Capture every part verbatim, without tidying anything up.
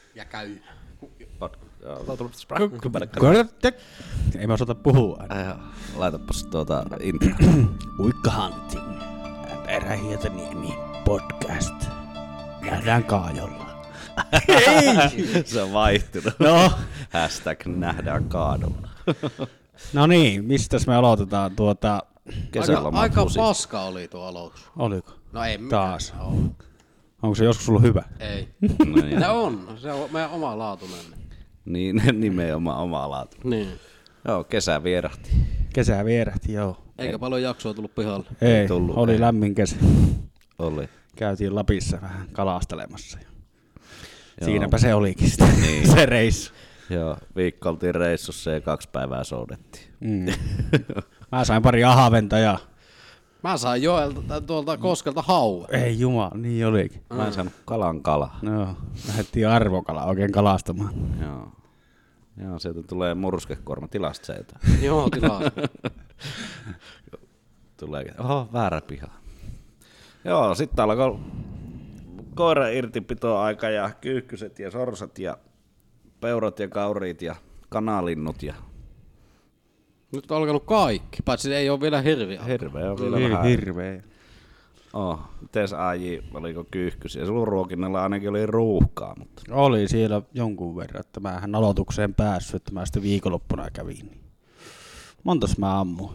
Ja käy. Ei mä osata puhua. Laitapas tuota intro. Uikka Hunting and Erähietaniemi podcast. Nähdään Kaajolla. Ei! Se on vaihtunut. No. Hashtag nähdään Kaajolla. No niin, mistäs me aloitetaan tuota... Aika, aika paska oli tuo aloitus. Oliko? No ei Taas. Ole. Onko se joskus ollut hyvä? Ei. No niin. Ne on. Se on meidän oma laatuinen. Niin, nimenomaan oma laatu. Niin. Joo, kesä vierahti. Kesä vierähti, joo. Eikä ei. paljon jaksoa tullut pihalle. Ei, Ei tullut, oli ei. lämmin kesä. Oli. Käytiin Lapissa vähän kalastelemassa. Joo. Siinäpä se olikin sitten, Niin. se reissu. Joo, viikko oltiin reissussa ja kaksi päivää soudettiin. Mm. Mä sain pari ahaventa ja... Mä sain Joelta tuolta Koskelta haue. Ei jumala, niin olikin. Mä en saanut kalan kalaa. No, lähdettiin arvokala oikein kalastamaan. Joo. Joo, sieltä tulee murskekuorma tilasteita. Joo, tilaa. Tulee, oho, väärä piha. Joo, sitten alkoi koira irtipitoaika ja kyyhkyset ja sorsat ja peurat ja kauriit ja kanalinnut ja Nyt on alkanut kaikki, paitsi ei ole vielä hirviä. hirveä on vielä Hir- vähän. hirveä. Oh, mites A J, oliko kyyhkysiä? Sulla ruokinnalla ainakin oli ruuhkaa, mutta Oli siellä jonkun verran, että mä en aloitukseen päässyt, että mä sitten viikonloppuna kävin. Niin. Montas mä ammuin?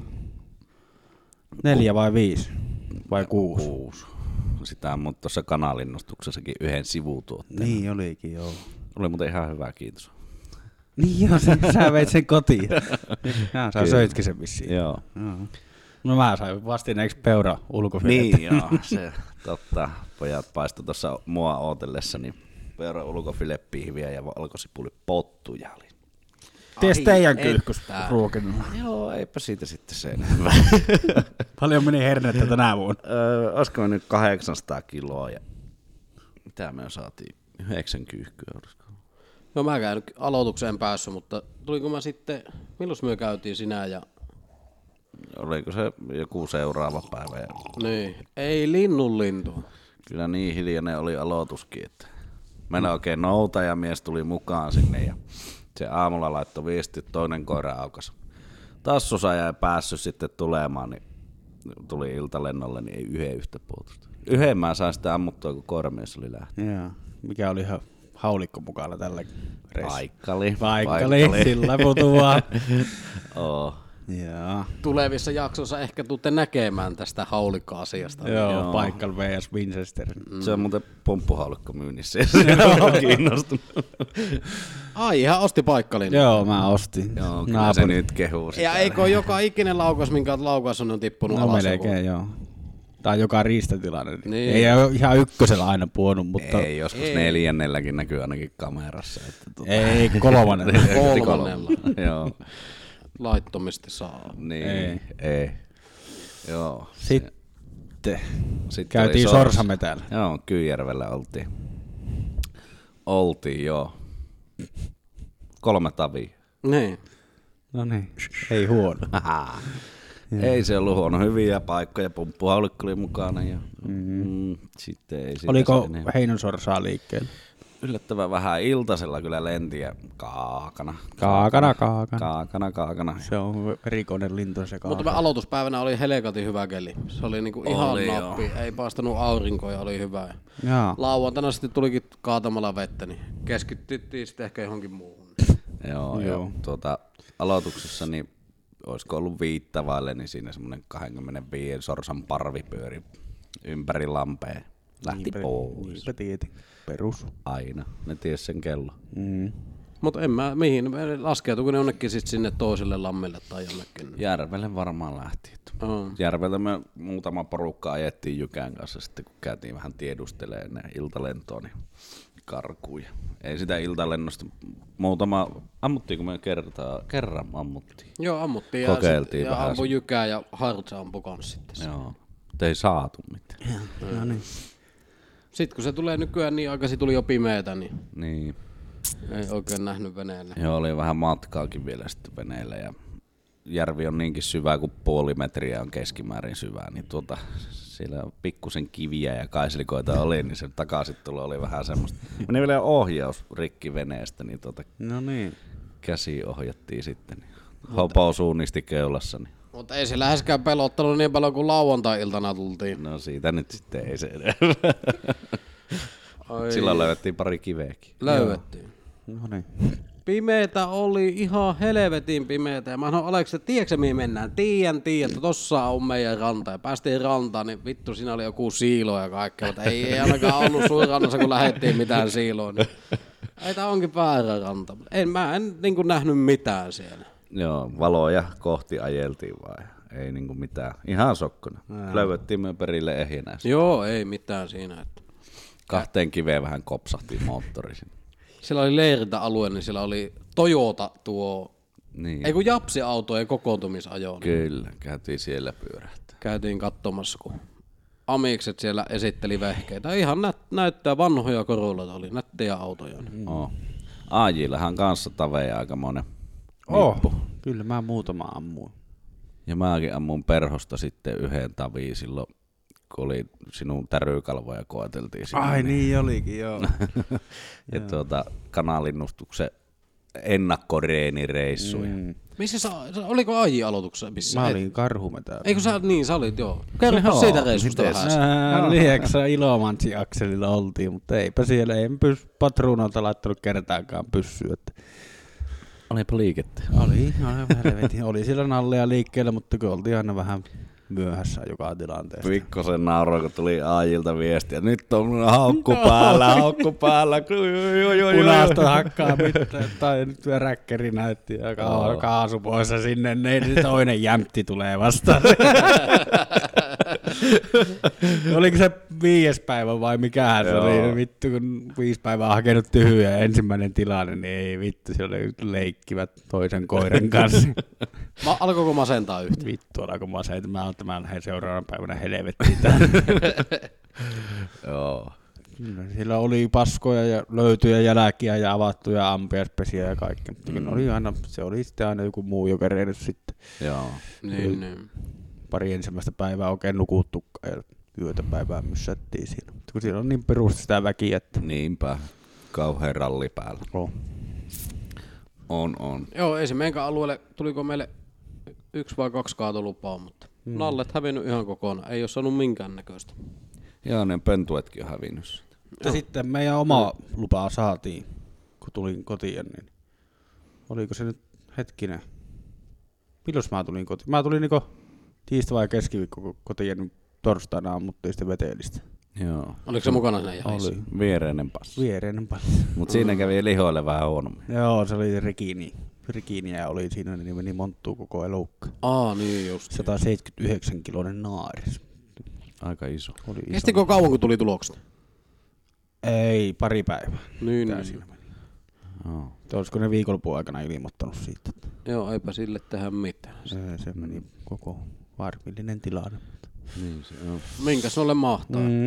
Neljä vai viisi? Vai kuusi? kuusi. Sitä on tuossa kanalinnostuksessakin yhden sivutuotteen. Niin olikin, joo. Oli muuten ihan hyvä, kiitos. Niin joo, sä, sä veit sen kotiin. Jaa, sä Kyllä. söitkin sen vissiin. Joo. Joo. No mä sain vastineeksi peura ulkofilettä. Niin joo, se totta. Pojat paistoi tuossa mua ootellessa, niin peura ulkofilepihviä ja valkosipulipottuja oli. Ties Ai, teidän et kyyhkys tää. ruokinnalla. Joo, eipä siitä sitten se enemmän. Paljon meni hernettä tänä vuonna. öö, olisiko me nyt kahdeksansataa kiloa ja mitä me saatiin? Yhdeksän kyyhkyä, olisiko? No mä käyn aloitukseen päässyt, mutta tuliko mä sitten, milloin me käytiin sinä ja... Oliko se joku seuraava päivä? Ja Niin, ei linnunlintua. kyllä niin hiljainen oli aloituskin, että meillä oikein noutajamies tuli mukaan sinne ja se aamulla laittoi viesti, että toinen koira aukas. Tassusa jäi päässyt sitten tulemaan, niin tuli iltalennolle, niin ei yhden yhtä puutusta. Yhden mä sain sitä ammuttua, kun koiramies oli lähtenyt. Joo, mikä oli ihan haulikko mukana tälläkin reissulla. Paikkali. Paikkali, sillä putua. Oo. Joo, Tulevissa jaksoissa ehkä tuutte näkemään tästä haulikko-asiasta. joo, Joo. Paikkal vs Winchester. Se on muuten pumppuhaulikko myynnissä, jos se on kiinnostunut. Ai, ihan osti paikkalin. Joo, mä ostin. Joo, kyllä se nyt kehuu sitä. Ja eikö joka ikinen laukaus, minkä oot laukaus on tippunut No alas? melkein, joo. Tai joka riistatilanne. Niin. Niin. Ei ole ihan ykkösellä aina puonut, mutta... Ei, joskus Ei. neljännelläkin näkyy ainakin kamerassa. Että tuota... Ei kolmannen. Kolmannella. Joo. Laittomasti saa. Niin, Ei. ei. Joo. Sitten Sitten käytiin oli sors- sorsamme täällä. Joo, Kyyjärvellä oltiin. Oltiin, joo. Kolme tavia. Niin. No niin, ei huono. Ei se ollut huono. Hyviä paikkoja, pumppuhaulikko oli mukana. Ja, mm, sitten ei sitä Oliko se enemmän. heinonsorsaa liikkeellä? Yllättävän vähän iltasella kyllä lenti ja kaakana. Kaakana, kaakana. Kaakana, kaakana. Se on erikoinen lintu se Mutta kaakana. me aloituspäivänä oli helekatin hyvä keli. Se oli niinku ihan Oli, nappi. Ei paastanut aurinkoa ja oli hyvä. Joo. Lauantaina sitten tulikin kaatamalla vettä, niin keskityttiin sitten ehkä johonkin muuhun. Joo, Joo. joo. Tuota, aloituksessa, niin olisiko ollut viittä vaille, niin siinä semmoinen kaksikymmentäviisi sorsan parvi pyöri ympäri lampea. Lähti Niinpä- pois. Niinpä tieti. Perus. Aina. Ne ties sen kello. Mm. Mutta en mä, mihin, laskeutuiko ne jonnekin sit sinne toiselle lammille tai jonnekin? Järvelle varmaan lähti. Oh. Järveltä me muutama porukka ajettiin Jykän kanssa sitten, kun käytiin vähän tiedustelemaan ennen iltalentoa, niin karkuun. Ei sitä iltalennosta muutama, ammuttiinko me kertaa, kerran ammuttiin. Joo, ammuttiin ja, Kokeiltiin sit, ja vähän ampui Jykää ja Hartsa ampui kans sitten. Joo, mutta ei saatu mitään. No niin. Sitten kun se tulee nykyään niin aikaisin tuli jo pimeätä, niin Niin. ei oikein nähnyt veneelle. Joo, oli vähän matkaakin vielä sitten veneellä ja järvi on niinkin syvä kuin puoli metriä on keskimäärin syvää, niin tuota, siellä pikkusen kiviä ja kaislikoita oli, niin se takaisin tulo oli vähän semmoista. Meni vielä ohjaus rikki veneestä, niin tuota No niin. käsi ohjattiin sitten. Niin hopo suunnisti keulassa. Niin. Mutta ei se läheskään pelottanut niin paljon kuin lauantai-iltana tultiin. No siitä nyt sitten ei se edes. Ai. Silloin löydettiin pari kiveäkin. Löydettiin. No niin. Pimeetä oli ihan helvetin pimeetä. Ja mä sanoin Aleksi, että tiedätkö mihin mennään? Tiedän, tiedän, että tossa on meidän ranta. Ja päästiin rantaan, niin vittu siinä oli joku siilo ja kaikkea. Mutta ei, ei ainakaan ollut suurannassa, kun lähdettiin mitään siiloa. Niin. Ei tää onkin väärä ranta. En, mä en niin kuin nähnyt mitään siellä. Joo, valoja kohti ajeltiin vaan. Ei niinku mitään. Ihan sokkona. Löydettiin me perille ehjänä. Joo, ei mitään siinä. Että. Kahteen kiveen vähän kopsahti moottori sinne. Siellä oli leirintäalue, niin siellä oli Toyota tuo, Niin. ei kun Japsi-autojen kokoontumisajo. Niin Kyllä, käytiin siellä pyörähtää. käytiin katsomassa, kun amikset siellä esitteli vehkeitä. Ihan nä- näyttää vanhoja Corolla, oli nättejä autoja. Niin. Oh. A J:llähän kanssa taveja aikamoinen Oh, nippu. kyllä mä muutama ammuin. Ja mäkin ammun perhosta sitten yhden taviin silloin, kun oli sinun tärykalvoja koeteltiin sinne. Ai niin olikin, joo. Ja tuota, kanalinnustuksen ennakkoreenireissuja. Mm. Missä sä, oliko A J-aloituksessa? Missä? Mä Et- olin karhumetä. Eikö sä, niin sä olit, joo. Kerropa Joo, siitä reissusta mites? vähän. Lieksä Ilomantsi-akselilla oltiin, mutta eipä siellä, en pys, patruunalta laittanut kertaakaan pyssyä. Että Olipa liikettä. oli, oli, helvetin. Oli siellä nalleja liikkeellä, mutta kun oltiin aina vähän myöhässä joka tilanteessa. Pikkosen nauroin, kun tuli A J:ltä viestiä. Nyt on haukku päällä, haukku päällä. Punaista hakkaa mitään, tai nyt vielä räkkäri näytti ja ka- kaasu pois ja sinne, niin toinen jämpti tulee vastaan. Oliko se viides päivä vai mikähän se Joo. oli? Vittu, kun viisi päivää hakenut tyhjää ja ensimmäinen tilanne, niin ei vittu, siellä oli leikkivät toisen koiran kanssa. Ma, alkoiko masentaa yhtä? Vittu, alkoi masentaa. Mä oon, että mä lähden seuraavana päivänä helvettiin tänne. Joo. Kyllä, siellä oli paskoja ja löytyjä jälkiä ja avattuja ampiaispesiä ja kaikki. Mutta mm. oli aina, se oli sitten aina joku muu, joka reillyt sitten. Joo. Niin, niin. Pari ensimmäistä päivää oikein nukuttukaan ja yötä päivää myssättiin siinä. Mutta kun siellä on niin perusta sitä väkiä, että Niinpä. Kauhean ralli päällä. oh. On, on. Joo, ei se meidän alueelle, tuliko meille yksi vai kaksi kaatolupaa, mutta mm. nallet hävinnyt ihan kokonaan. Ei ole saanut minkäännäköistä. Joo, ne pentuetkin on hävinnyt. Ja sitten meidän oma lupa saatiin, kun tulin kotiin, niin oliko se nyt hetkinen? Milloin mä tulin kotiin? Mä tulin niinku tiistai vai keskiviikko kotiin, niin torstaina ammuttiin sitten vetelistä. Joo. Oliko se mukana siinä jahissa? Oli. Viereinen passi. Viereinen paljon. Mut siinä kävi lihoille vähän huonommin. Joo, se oli rikiini. Rikiiniä oli siinä, niin meni monttuu koko elukka. Aa, niin just. sata seitsemänkymmentäyhdeksän kiloinen naaris. Aika iso. Oli iso. Kestikö kauan, kun tuli tulokset? Ei, pari päivää. Niin, Tää niin. siinä meni. Joo. Olisiko ne viikonlopun aikana ilmoittanut siitä? Joo, eipä sille tehdä mitään. Se, se meni koko varmillinen tilanne. Niin se on. Minkäs noille mahtaa? Mm.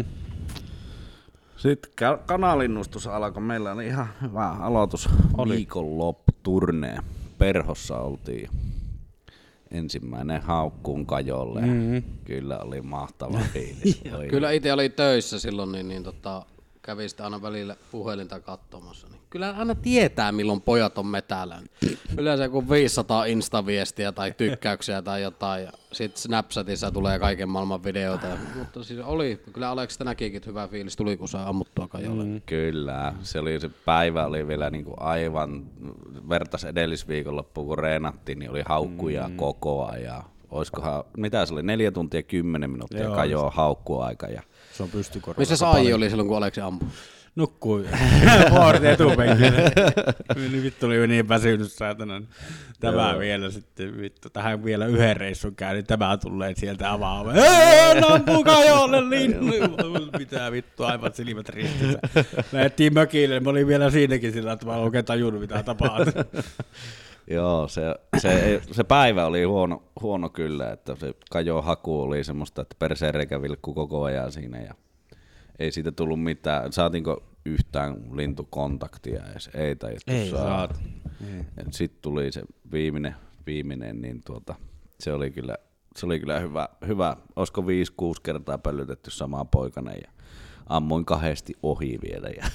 Sitten ka- kanalinnustus alkoi. Meillä oli ihan hyvä aloitus. Oli. Viikonlopputurneen. Perhossa oltiin. Ensimmäinen haukkuun kajolle. Mm-hmm. Kyllä oli mahtava fiilis. Oi. Kyllä itse oli töissä silloin, niin, niin tota, kävi sitä aina välillä puhelinta katsomassa. Niin kyllä aina tietää, milloin pojat on metällä. Yleensä kun viisisataa instaviestiä tai tykkäyksiä tai jotain, ja sitten Snapchatissa tulee kaiken maailman videoita. Mutta siis oli, kyllä Aleksi näkikin, että hyvä fiilis tuli, kun sai ammuttua kajolle. Mm. Kyllä, se, oli, se päivä oli vielä niinku aivan, vertas edellisviikonloppuun kun reenattiin, niin oli haukkuja mm. koko ajan. Oiskohan, mitä se oli, neljä tuntia kymmenen minuuttia Joo. kajoa haukkuaika. Ja Se on pystykorva. Missä Saiji oli silloin, kun Aleksi ampui? Nukkui. Vuorti etupenkille. Niin vittu oli niin väsynyt saatana. Tämä Joo. vielä sitten, vittu, tähän vielä yhden reissun käy, niin tämä tulee sieltä avaamaan. Eee, ampuu kajolle linnu. Mitä vittu, aivan silmät ristissä. Lähettiin mökille, mä olin vielä siinäkin sillä, että mä en oikein tajunnut mitä tapahtuu. joo, se, se, se päivä oli huono, huono kyllä, että se kajo haku oli semmoista, että perseenreikä vilkkui koko ajan siinä ja ei siitä tullut mitään. Saatiinko yhtään lintukontaktia edes? Ei taidettu Ei saada. saat. Sitten tuli se viimeinen, viimeinen, niin tuota, se oli kyllä, se oli kyllä hyvä, hyvä. Olisiko viisi, kuusi kertaa pöllytetty samaa poikana ja ammuin kahdesti ohi vielä. Ja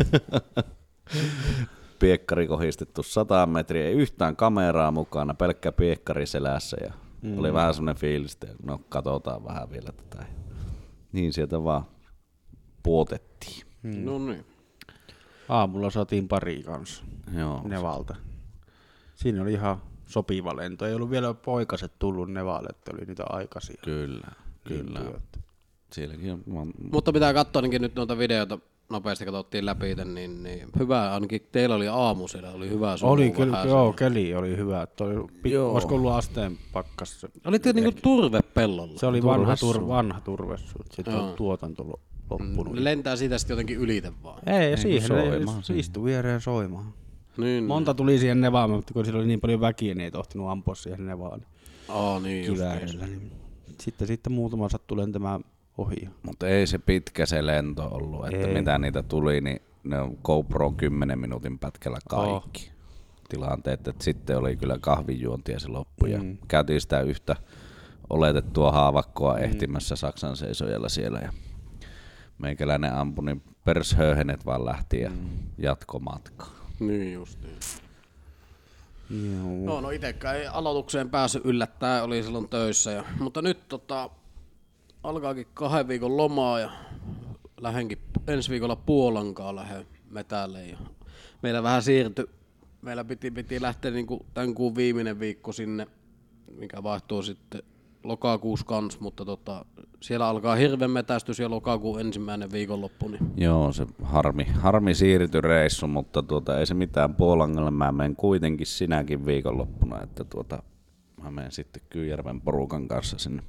piekkari kohistettu sata metriä, ei yhtään kameraa mukana, pelkkä piekkari selässä ja mm. oli vähän semmoinen fiilis, että no katsotaan vähän vielä tätä. Niin sieltä vaan puotettiin. Hmm. No niin. Aamulla saatiin pari kanssa Joo. Nevalta. Siinä oli ihan sopiva lento. Ei ollut vielä poikaset tullut Nevalle, että oli niitä aikaisia. Kyllä, kyllä. Lintuja. Sielläkin on... Mutta pitää katsoa ainakin nyt noita videoita, nopeasti katsottiin läpi, niin, niin hyvä, ainakin teillä oli aamu siellä, oli hyvä sumu. Oli kyllä, joo, keli oli hyvä. Oli, olisiko ollut asteen pakkas? Oli niinku turve pellolla. Se oli vanha, tur, vanha turvesuut, sitten on tuotanto loppunut. Mm, lentää siitä sitten jotenkin ylite vaan. Ei, ja siihen ne istui viereen soimaan. Niin, Monta tuli siihen Nevaan, mutta kun siellä oli niin paljon väkiä, niin ei tohtinut ampua siihen Nevaan. Oh, niin kiväärillä. Niin. Sitten, sitten muutama sattui lentämään ohi. Mutta ei se pitkä se lento ollut, että ei. Mitä niitä tuli, niin ne on GoPro kymmenen minuutin pätkällä kaikki oh. tilanteet. Että sitten oli kyllä kahvinjuontia se loppu mm. ja käytiin sitä yhtä oletettua haavakkoa mm. ehtimässä Saksan seisojalla siellä ja meikäläinen ampui, niin pershöyhenet vaan lähti ja mm. jatkomatkaan. Niin just niin. Joo. No, no itekään ei aloitukseen päässyt yllättäen, oli silloin töissä. Ja, mutta nyt tota, alkaakin kahden viikon lomaa ja lähdenkin ensi viikolla Puolankaan lähden metälle. Ja meillä vähän siirtyi, meillä piti, piti lähteä niinku tämän kuun viimeinen viikko sinne, mikä vaihtuu sitten lokakuussa kans, mutta tota, siellä alkaa hirveän metästys ja lokakuun ensimmäinen viikonloppu. Niin. Joo, se harmi, harmi siirtyi reissu, mutta tuota, ei se mitään Puolangalle, mä menen kuitenkin sinäkin viikonloppuna, että tuota, mä menen sitten Kyyjärven porukan kanssa sinne,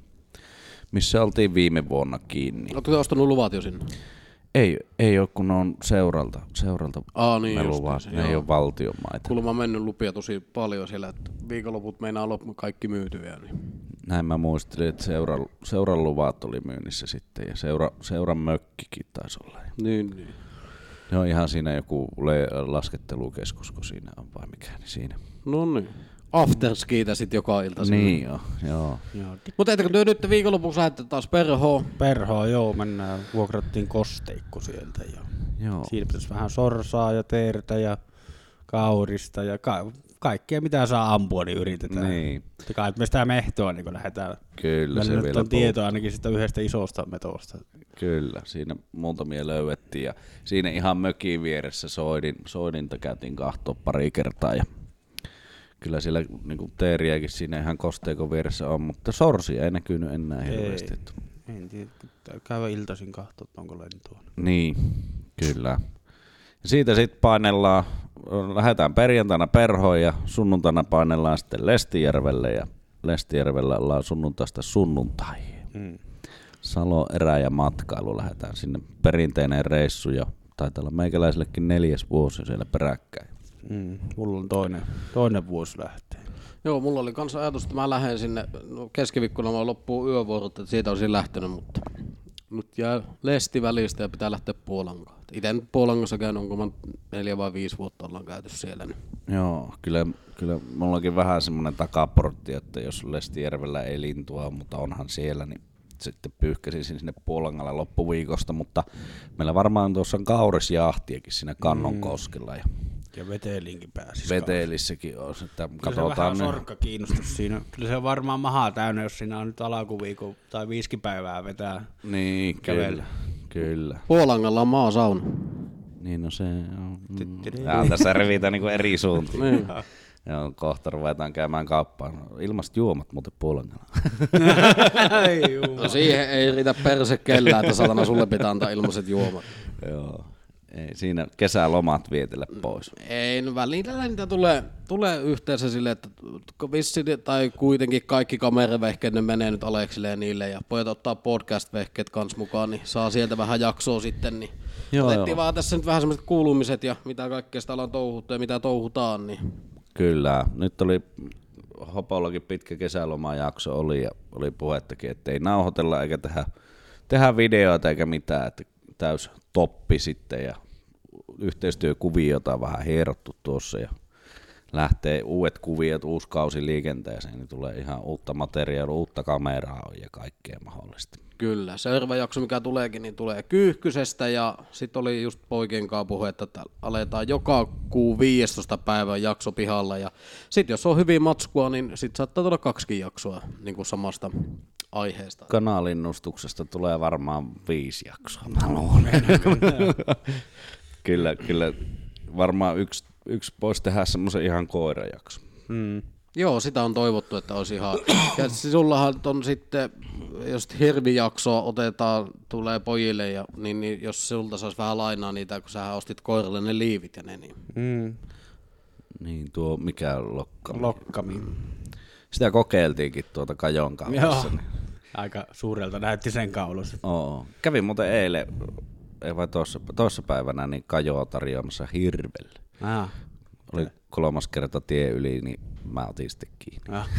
missä oltiin viime vuonna kiinni. Oletko ostanut luvat jo sinne? Ei, ei ole, kun ne on seuralta, seuralta Aa, niin ne luvat, just, ne joo. Ei ole valtion maita. Kuulemma on mennyt lupia tosi paljon siellä, että viikonloput meinaa loppu kaikki myytyviä. Niin. Näin mä muistelin, että seura, seuran luvat oli myynnissä sitten ja seura, seuran mökkikin taisi olla. Niin, niin. Ne on ihan siinä joku le- laskettelukeskus, kun siinä on vai mikä, niin siinä. No niin. Afterskiitä sit joka ilta. Niin joo, joo. joo. Mutta ettekö työ nyt viikonlopuksi lähdette taas perhoon? Perhoon, joo, mennään, vuokrattiin kosteikko sieltä. Ja joo. Siinä pitäisi vähän sorsaa ja teertä ja kaurista ja ka- kaikkea mitä saa ampua, niin yritetään. Niin. Ja kai me sitä mehtoa, niin kun lähdetään. Kyllä Meillä se nyt vielä on tietoa ainakin sitä yhdestä isosta metosta. Kyllä, siinä muutamia löydettiin ja siinä ihan mökin vieressä soidin, soidinta käytiin kahtoa pari kertaa ja kyllä siellä niin teeriäkin siinä ihan kosteikon vieressä on, mutta sorsia ei näkynyt enää hirveästi. Ei, en tiedä, käydä iltaisin kahtoa, onko lentoa. Niin, kyllä. Ja siitä sitten painellaan, lähdetään perjantaina Perhoon ja sunnuntaina painellaan sitten Lestijärvelle ja Lestijärvellä ollaan sunnuntaista sunnuntaihin. Hmm. Salo, erä ja matkailu lähdetään sinne, perinteinen reissu ja taitaa olla meikäläisellekin neljäs vuosi siellä peräkkäin. Mm, mulla on toinen, toinen vuosi lähtee. Joo, mulla oli kans ajatus, että mä lähden sinne, no keskiviikkona mä loppuu yövuorot, että siitä olisin lähtenyt, mutta nyt jää lesti välistä ja pitää lähteä Puolankaan. Itse nyt Puolangassa käyn, onko mä neljä vai viisi vuotta ollaan käyty siellä. Niin. Joo, kyllä, kyllä mullakin vähän semmoinen takaportti, että jos Lestijärvellä ei lintua, mutta onhan siellä, niin sitten pyyhkäsin sinne Puolangalle loppuviikosta, mutta meillä varmaan tuossa on kaurisjahtiakin siinä Kannonkoskella. Ja Ja Vetelinkin pääsisi. Vetelissäkin on. Että kyllä se vähän sorkka kiinnostus siinä. Kyllä se on varmaan mahaa täynnä, jos siinä on nyt alkuviikon tai viisikin päivää vetää. Niin, kyllä. kyllä. Puolangalla on maasauna. Niin, no se on. Ja tässä revitään niinku eri suuntiin. Joo, kohta ruvetaan käymään kauppaan. Ilmast juomat muuten Puolangalla. No siihen ei riitä perse kellään, että satana sulle pitää antaa ilmaiset juomat. Joo. Ei siinä kesälomat vietellä pois. Ei, no välillä niitä tulee, tulee yhteensä silleen, että vissi, tai kuitenkin kaikki kameravehkeet ne menee nyt Aleksille ja niille, ja pojat ottaa podcast-vehkeet kans mukaan, niin saa sieltä vähän jaksoa sitten, niin joo, otettiin joo. vaan tässä nyt vähän semmoiset kuulumiset ja mitä kaikkea sitä ollaan touhuttu ja mitä touhutaan. Niin. Kyllä, nyt oli Hopollakin pitkä kesälomajakso oli ja oli puhettakin, että ei nauhoitella eikä tehdä, tehdä videoita eikä mitään, että täys toppi sitten ja yhteistyökuviota on vähän hierottu tuossa ja lähtee uudet kuviot, uusi kausi liikenteeseen, niin tulee ihan uutta materiaalia, uutta kameraa ja kaikkea mahdollista. Kyllä, seuraava jakso mikä tuleekin, niin tulee Kyyhkysestä ja sitten oli just poikien kanssa puhe, että aletaan joka kuu viidestoista päivän jakso pihalla ja sitten jos on hyvin matskua, niin sitten saattaa tulla kaksikin jaksoa niin kuin samasta aiheesta. Kanalinnustuksesta tulee varmaan viisi jaksoa, mä luulen. kyllä, kyllä varmaan yksi, yksi voisi tehdä semmoisen ihan koirajakso. Mm. Joo, sitä on toivottu, että olisi ihan... Ja sullahan on sitten, jos hirvijaksoa otetaan, tulee pojille, ja, niin, niin jos sulta saisi vähän lainaa niitä, kun sä ostit koiralle ne liivit ja ne, niin... Mm. Niin tuo mikä lokkami. Lokkami. Sitä kokeiltiinkin tuota Kajon kaulassa. Niin. Aika suurelta näytti sen kaulus. Oo. Kävin muuten eilen, ei vai toissa, toissa päivänä, niin Kajoa tarjoamassa hirvelle. Ah. Oli kolmas kerta tie yli, niin mä otin sitten kiinni. Ah.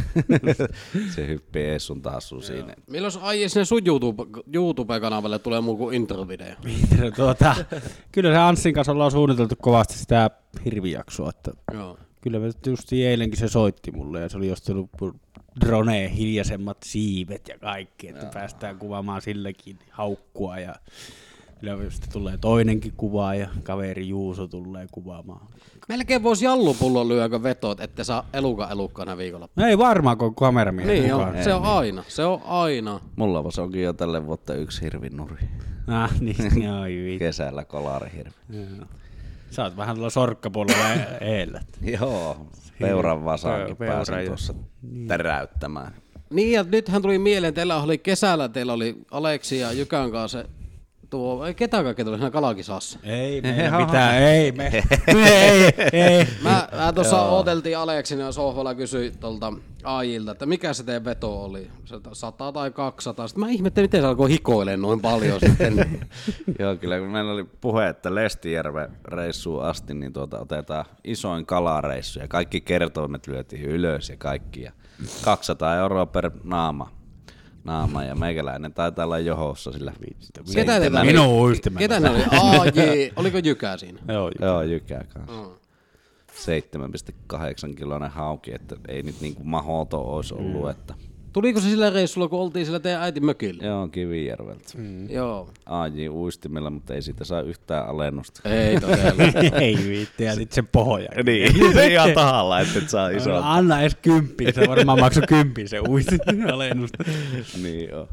Se hyppii ees sun taas sun siinä. Milloin Aiji sinne sun YouTube, YouTube-kanavalle tulee muu kuin introvideo? tuota, kyllä se Anssin kanssa ollaan suunniteltu kovasti sitä hirvijaksoa. Että Joo. kyllä me just eilenkin se soitti mulle ja se oli just tullut droneen hiljaisemmat siivet ja kaikki, että Jaa. päästään kuvaamaan silläkin haukkua ja kyllä sitten tulee toinenkin kuva ja kaveri Juuso tulee kuvaamaan. Melkein voisi Jallupullon lyödä vetot, että saa eluka elukkana viikolla. Ei varmaan, kun kameramiehen Niin mukaan. on, se on aina, se on aina. Mulla se onkin jo tälle vuotta yksi hirvinuri. Ah, niin, joo, kesällä kolarihirvi. Joo. Sä oot vähän tuolla sorkkapuolella eellä. Joo, peuran vasaankin Peura, pääsin tuossa niin. teräyttämään. Niin ja nythän tuli mieleen, teillä oli kesällä, teillä oli Aleksi ja Jykän kanssa tuo, ei ketään kaikkea tuli siinä kalakisassa. Ei me mitään, ei me, ei, ei. Mä, mä tuossa ooteltiin Aleksin ja sohvalla kysyi tuolta Aijilta, että mikä se teidän veto oli, sata tai kaksisataa. Sitten mä ihmettelin, miten se alkoi hikoilemaan noin paljon sitten. Joo, kyllä kun meillä oli puhe, että Lestijärven reissuun asti, niin tuota, otetaan isoin kalareissu ja kaikki kertoimet lyötiin ylös ja kaikki. Ja kaksisataa euroa per naama. Naama ja meikäläinen taitaa olla johossa sillä. Ketä teillä oli? Minun uistimella. Ketä ne oli? A J, oliko Jykä siinä? Joo, Jykä. Joo, Jykä kanssa. Mm. seitsemän pilkku kahdeksan kiloinen hauki, että ei nyt niinku mahoto olisi ollut. Mm. Että... Tuliko se sillä reissulla, kun oltiin sillä teidän äitin mökillä? Joo, Kivijärveltä. Mm. Joo. A J uistimella, mutta ei siitä saa yhtään alennusta. Ei todella. Ei viitti, ja sit se pohja. Niin, se ihan tahalla, että et saa isoa. Anna edes kymppiä, se varmaan maksoi kymppiä se uistin alennusta. Niin joo.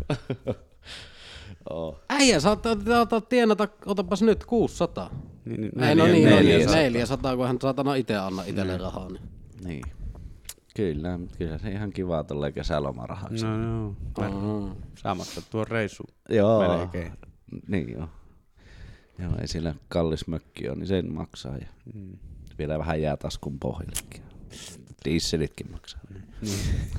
Oh. Äijä, saattaa tienata, otapas nyt kuusisataa. Niin, niin, ei, no niin, neljäsataa. neljäsataa, kun hän saatana itse anna itselle mm. rahaa. Niin. niin. Kyllä, kyllä se ihan kiva tulee kesälomarahaksi. No joo. Oh. Saa maksaa tuon reissun. Joo. Melkein. Niin joo. Joo, ei siellä kallis mökki ole, niin sen maksaa. Ja mm. vielä vähän jää taskun pohjillekin. Dieselitkin maksaa. Mm.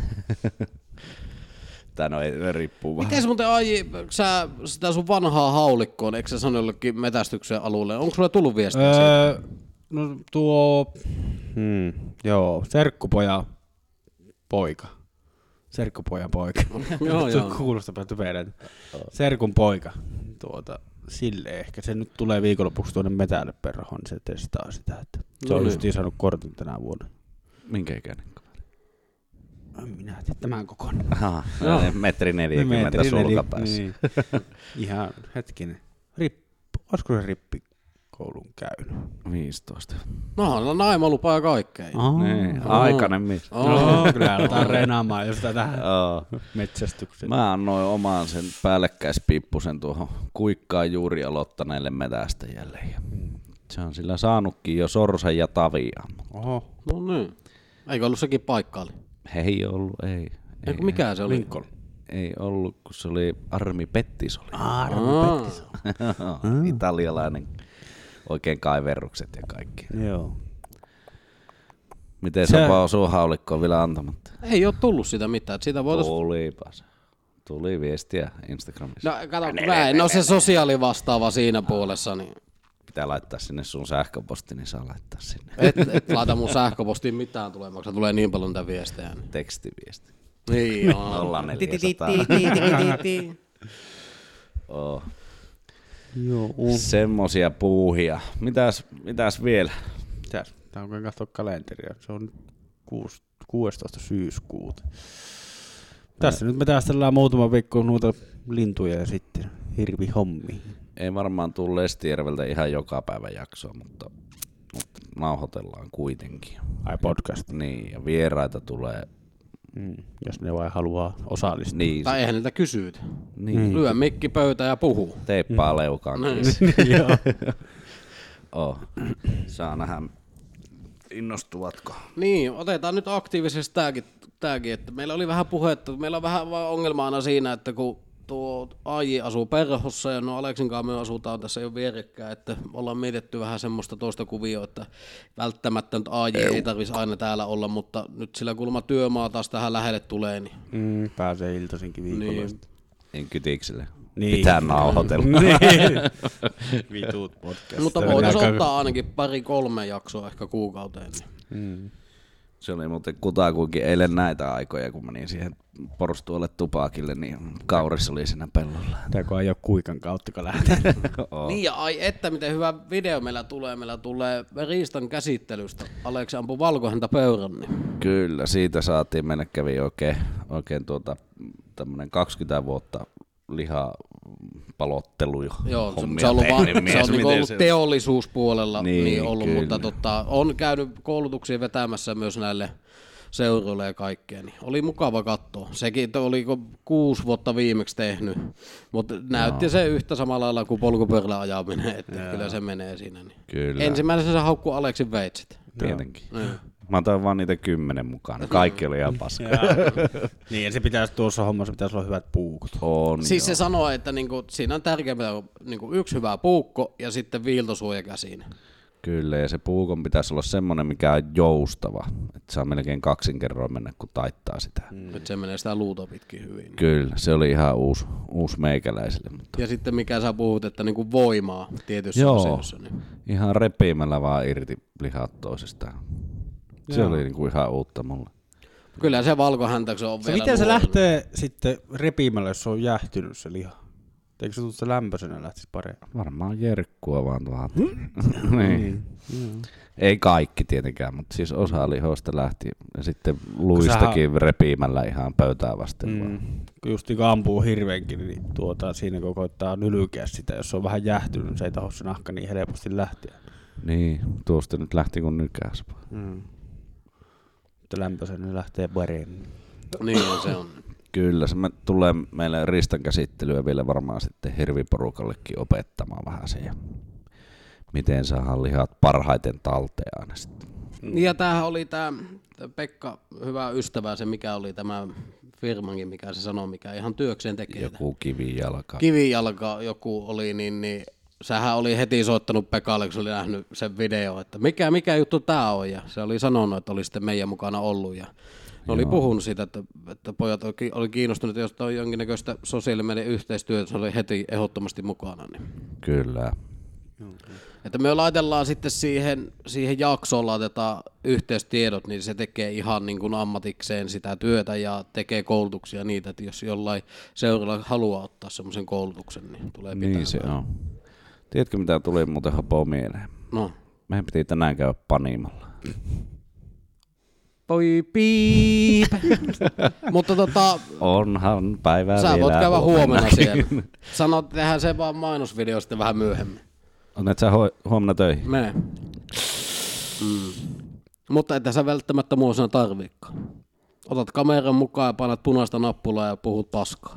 Tää no ei, riippuu vähän. Miten se muuten Aiji, sä sitä sun vanhaa haulikkoon, eikö sä sano jollekin metästyksen alueelle? Onko sulle tullut viestiä öö, siitä? No tuo, hmm, joo, serkkupoja poika. Serkkupojan poika. Joo, joo. Kuulostapa typerältä. Serkun poika. Tuota, sille ehkä se nyt tulee viikonlopuksi tuonne metälle perhoon, niin se testaa sitä. Että se no, on justiin saanut kortin tänä vuonna. Minkä ikäinen? Minä tiedän tämän kokonaan. Aha, no. metri neljäkymmentä sulkapäässä. Niin. Ihan hetkinen. Rippu, olisiko se rippikoulun käynyt? viisitoista. No, no naimalupa ja kaikkea. Oh. Niin, aikainen mies. Oh. No, kyllä aletaan reenaamaan just tähän oh. metsästykseen. Mä annoin omaan sen päällekkäispiippusen tuohon kuikkaan juuri aloittaneille metästäjälle. Se on sillä saanutkin jo sorsan ja taviaan. Oho. No niin. Eikö ollut sekin paikkaali? Ei ollut, ei. Eikö mikä se oli? Lincoln. Ei ollut, kun se oli Armi Pettis oli. Armi Pettis. Italialainen. Oikein kaiverrukset ja kaikki. Joo. Miten se on sun haulikkoon vielä antamatta? Ei ole tullut sitä mitään. Siitä voitais... Tulipa se. Tuli viestiä Instagramissa. No kato, mä en ole se sosiaalivastaava siinä puolessa. Niin... Pitää laittaa sinne sun sähköposti, niin saa laittaa sinne. Et, et laita mun sähköpostiin mitään tulemaan, koska tulee niin paljon niitä viestejä. Niin. Tekstiviesti. Niin joo. nolla neljäsataa. oh. Joo. Semmosia puuhia. Mitäs, mitäs vielä? Mitäs? Tää on katsoa kalenteria. Se on kuudestoista syyskuuta. Tässä nyt me tästellään muutama viikko noita lintuja ja sitten hirvi hommi. Ei varmaan tule Lestijärveltä ihan joka päivä jaksoa, mutta, mutta nauhoitellaan kuitenkin. Ai podcast. Niin, ja vieraita tulee. Mm, jos ne vai haluaa osallistua. Niin, Tai eihän niiltä kysytä. niin. Lyö mikki pöytä ja puhuu. Teippaa leukaan. Joo. Oh. Saa nähdä, innostuvatko. Niin, otetaan nyt aktiivisesti tääkin, tääkin, että meillä oli vähän puhetta, meillä on vähän vaan ongelma aina siinä, että kun tuo A J asuu Perhossa ja no Aleksin kanssa me asutaan tässä jo vierekkäin, että ollaan mietitty vähän semmoista toista kuvioa, että välttämättä nyt A J ei tarvitsisi aina täällä olla, mutta nyt sillä kulma työmaa taas tähän lähelle tulee, niin... Mm, pääsee iltaisinkin viikolla. Niin. En kytikselle. Niin. Pitää nauhoitella. Niin. Vitut podcast. Mutta voitaisiin ottaa ainakin pari kolme jaksoa ehkä kuukauteen. Niin. Mm. Se oli muuten kutakuinkin eilen näitä aikoja, kun menin siihen porstualle tupakille, niin Kauris oli siinä pellolla. Tääkö ei ole kuikan kautta, kun lähtee. Oh. Niin ja ai että miten hyvä video meillä tulee. Meillä tulee riistan käsittelystä. Aleksi ampui valkohäntä pöyrän. Niin. Kyllä, siitä saatiin. Meille kävi oikein, oikein tuota, tämmönen kaksikymmentä vuotta lihapalottelu jo. Joo, se, hommia se on ollut, vaan, tehnyt se on mies, niinku miten ollut se- teollisuuspuolella niin, Niin, ollut, kyllä. mutta tota, on käynyt koulutuksia vetämässä myös näille seuroille ja kaikkea. Niin oli mukava katsoa. Sekin että oliko kuusi vuotta viimeksi tehnyt, mutta näytti se yhtä samalla lailla kuin polkupyörällä ajaminen, että Joo. kyllä se menee siinä. Niin. Kyllä, Ensimmäisenä se haukkui Aleksin veitset. tietenkin. Niin. Mä otan vaan niitä kymmenen mukaan. Kaikki oli ihan paskaa. Niin, ja se pitäisi tuossa hommassa pitäisi olla hyvät puukot. On, Siis joo. se sanoo, että niinku, siinä on tärkeimpää niinku yksi hyvä puukko ja sitten viiltosuoja käsiin. Kyllä, ja se puukon pitäisi olla semmoinen, mikä on joustava. Että saa melkein kaksin kerroin mennä, kun taittaa sitä. Mm. Nyt se menee sitä luuta pitkin hyvin. Kyllä, se oli ihan uusi, uusi meikäläiselle. Mutta Ja sitten mikä sä puhut, että niinku voimaa tietyissä Joo. asioissa. Niin. ihan repimällä vaan irti lihat toisestaan. Se Joo. oli niinku ihan uutta mulle. Kyllä se valkohäntä, se on Se vielä miten se nuorena. lähtee sitten repimällä, jos se on jähtynyt se liha? Eikö se tule se lämpöisenä lähtisi paremmin? Varmaan jerkkua vaan tuolta. niin. Ei kaikki tietenkään, mutta siis osa lihoista lähti. Ja sitten luistakin repimällä ihan pöytää vasten. Mm. Vaan. Kun just kun ampuu hirveenkin, niin tuota, siinä kun koittaa nylkeä sitä, jos se on vähän jähtynyt, niin se ei taho se nahka niin helposti lähteä. Niin, tuosta nyt lähti kun nykäs. Mm. Mutta lämpöisenä ne lähtee paremmin. Niin se on. Kyllä, se me tulee meille ristan käsittelyä vielä varmaan sitten hirviporukallekin opettamaan vähän se. Ja miten saadaan lihat parhaiten talteen aina sitten. Ja tämähän oli tämä Pekka, hyvä ystävä, se mikä oli tämä firmankin, mikä se sanoi, mikä ihan työkseen tekee. Joku kivijalka. Kivijalka joku oli, niin, niin sähän oli heti soittanut Pekalle, kun se oli nähnyt sen video, että mikä, mikä juttu tää on, ja se oli sanonut, että oli sitten meidän mukana ollut, ja ne oli puhunut siitä, että, että pojat oli- oli kiinnostunut, jos on jonkinnäköistä sosiaalimedian yhteistyötä, se oli heti ehdottomasti mukana. Niin. Kyllä. Että me laitellaan sitten siihen, siihen jaksoon, laitetaan yhteystiedot, niin se tekee ihan niin kuin ammatikseen sitä työtä ja tekee koulutuksia niitä, että jos jollain seuralla haluaa ottaa semmoisen koulutuksen, niin tulee pitää. Niin se on. Tiedätkö mitä tuli muuten hapoa mieleen? No. Meidän piti tänään käydä panimalla. Voi piip. Mutta tota, Onhan päivää sä vielä voit käydä huomenna huomennakin. siellä. Sanot, tehdään se vaan mainosvideo sitten vähän myöhemmin. Olet sä ho- huomenna töihin? Mene. Mm. Mutta et sä välttämättä muusena tarviikaan. Otat kameran mukaan ja painat punaista nappulaa ja puhut paskaa.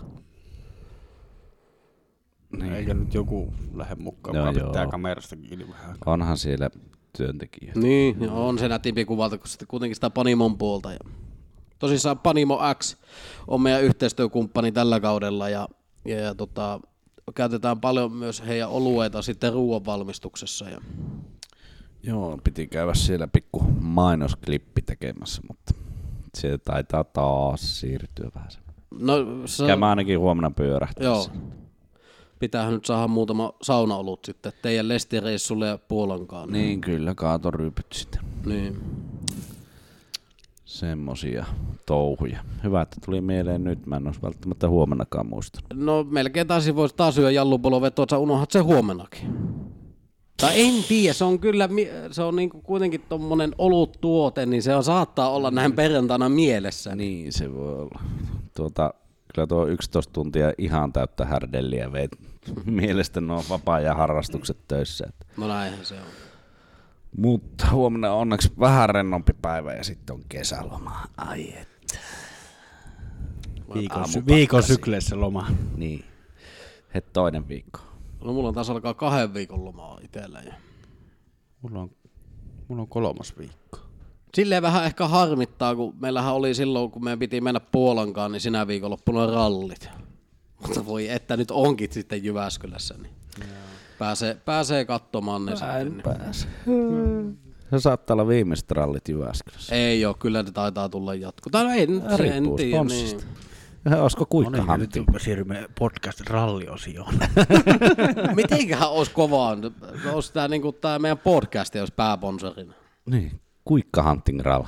Niin. Eikä nyt joku lähde mukaan, Joo, vaan joo. pitää kamerasta kiinni vähän. Onhan siellä työntekijä. Niin, ja on se nätimpi kuvalta, kun sitten kuitenkin sitä Panimon puolta. Ja tosissaan Panimo X on meidän yhteistyökumppani tällä kaudella ja, ja, ja tota, käytetään paljon myös heidän olueita sitten ruoan valmistuksessa. Ja Joo, piti käydä siellä pikku mainosklippi tekemässä, mutta se taitaa taas siirtyä vähän. no, se, Käy mä ainakin huomenna pyörähtämässä. joo. Pitäähän nyt saada muutama saunaolut sitten teidän lestireissulle ja Puolankaan. Niin kyllä, kaatoryypyt sitten. Niin. Semmosia touhuja. Hyvä, että tuli mieleen nyt. Mä en olisi välttämättä huomennakaan muistanut. No melkein taas voisi taas syödä jallupolon vetoa, että sä unohdat sen huomennakin. Tai en tiedä, se on kyllä, se on niinku kuitenkin tommonen oluttuote, niin se on, saattaa olla näin perjantaina mielessä. Niin se voi olla. Tuota, kyllä tuo yksitoista tuntia ihan täyttä härdelliä veit. Mielestä nuo vapaa-ajan harrastukset töissä. No näinhän se on. Mutta huomenna on onneksi vähän rennompi päivä ja sitten on kesäloma. Ai että. Viikon, sy- viikon sykleissä loma. Niin. Het toinen viikko. No mulla on taas alkaa kahden viikon lomaa itsellä. Ja... Mulla on, mulla on kolmas viikko. Silleen vähän ehkä harmittaa, kun meillähän oli silloin, kun meidän piti mennä Puolankaan, niin sinä viikonloppuna rallit. Mutta voi, että nyt onkin sitten Jyväskylässä, niin pääsee, pääsee katsomaan ne sitten. Niin. Pääse. Hmm. Se saattaa olla viimeiset rallit Jyväskylässä. Ei oo, kyllä ne taitaa tulla jatko. Tai no ei, en tiedä. Niin. Olisiko kuikka no niin, nyt siirrymme podcast-ralliosioon. Mitenköhän olisi kovaa? Olisi tää, niinku, tää meidän podcast, jos pääsponsorina. Niin, kuikka hunting rall.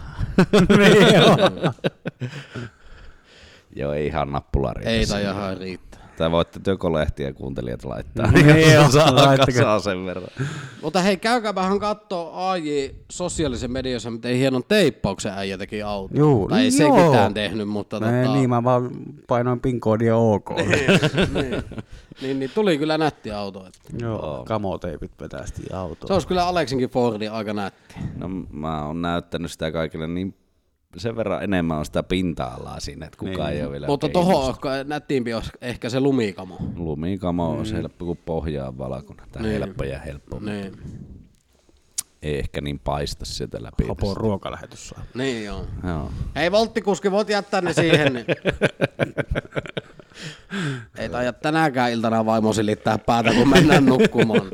Joo, ei ihan nappulari. Ei tai ihan riittää. Tai voitte Tökolehtiä kuuntelijat laittaa. Joo, saa sen verran. Mutta hei, käykää vähän kattoo A J sosiaalisen mediassa, miten hienon teippauksen äijä teki auto. Juu, tai ei se joo. mitään tehnyt, mutta... No tota... Niin, mä vaan painoin PIN-koodia OK. niin, niin, niin, tuli kyllä nätti auto. Että. Joo, kamoteipit vetästiin autoon. Se olisi kyllä Aleksinkin Fordi aika nätti. No mä oon näyttänyt sitä kaikille niin sen verran enemmän on sitä pinta-alaa siinä, että kukaan niin. ei ole vielä mutta tohon nättiimpi olisi ehkä se lumikamo. Lumikamo on mm. helppo, kun pohja on valkoinen. Tai niin. helppo ja helppo. Niin. Ei ehkä niin paista sieltä läpi. Hapon ruokalähetys saa. Niin joo. joo. Hei volttikuski, voit jättää ne siihen. Niin. Ei taida tänäänkään iltana vaimo silittää päätä, kun mennään nukkumaan.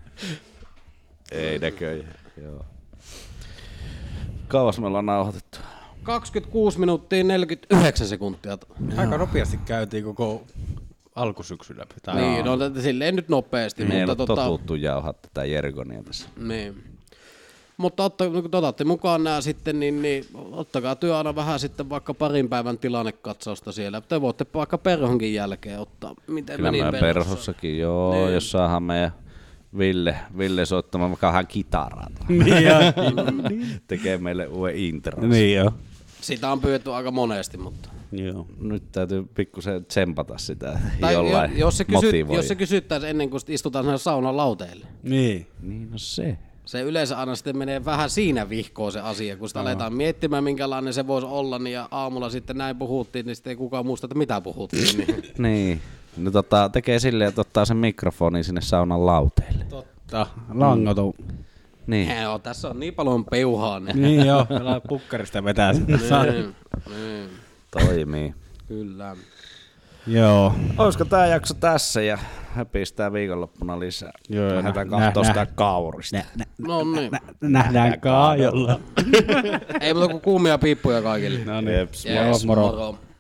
Ei näköjään, joo. Kauas me ollaan nauhoitettu? kaksikymmentäkuusi minuuttia neljäkymmentäyhdeksän sekuntia. Aika nopeasti käytiin koko alkusyksy läpi. Tää niin, no silleen nyt nopeasti. Me ei mutta ole tota... totuttu jauhaa tätä Jergonia tässä. Niin. Mutta otta, kun otatte mukaan nämä sitten, niin, niin ottakaa työ aina vähän sitten vaikka parin päivän tilannekatsausta siellä. Te voitte vaikka Perhonkin jälkeen ottaa. Miten kyllä meni me Perhossakin, joo, niin. Jos saadaan meidän Ville, Ville soittamaan vaikka vähän kitaraa. Niin joo. Tekee meille uuden intro. Niin joo. Sitä on pyydetty aika monesti, mutta... Joo. Nyt täytyy pikkusen tsempata sitä tai jollain jos se, kysyt, motivoida. jos se kysyttäisiin ennen kuin istutaan sen saunan lauteille. Niin. Niin no se. Se yleensä aina sitten menee vähän siinä vihkoon se asia, kun sitä no. aletaan miettimään, minkälainen se voisi olla, niin ja aamulla sitten näin puhuttiin, niin sitten ei kukaan muista, että mitä puhuttiin. Niin. niin. No tota, tekee silleen, että ottaa sen mikrofonin sinne saunan lauteille. Totta. Langaton. Mm. Niin. Joo, tässä on niin paljon peuhaa. Ne. Niin joo, pukkarista vetää sinne. niin, niin. Toimii. Kyllä. Joo. Olisiko tää jakso tässä ja höpistää viikonloppuna lisää? Joo, lähdetään nä- kahtoo nä- sitä kaurista. Nä- nä- No niin. nä- nähdään kaajolla. Ei muuta kuin kuumia piippuja kaikille. No niin. Yes, moro. moro.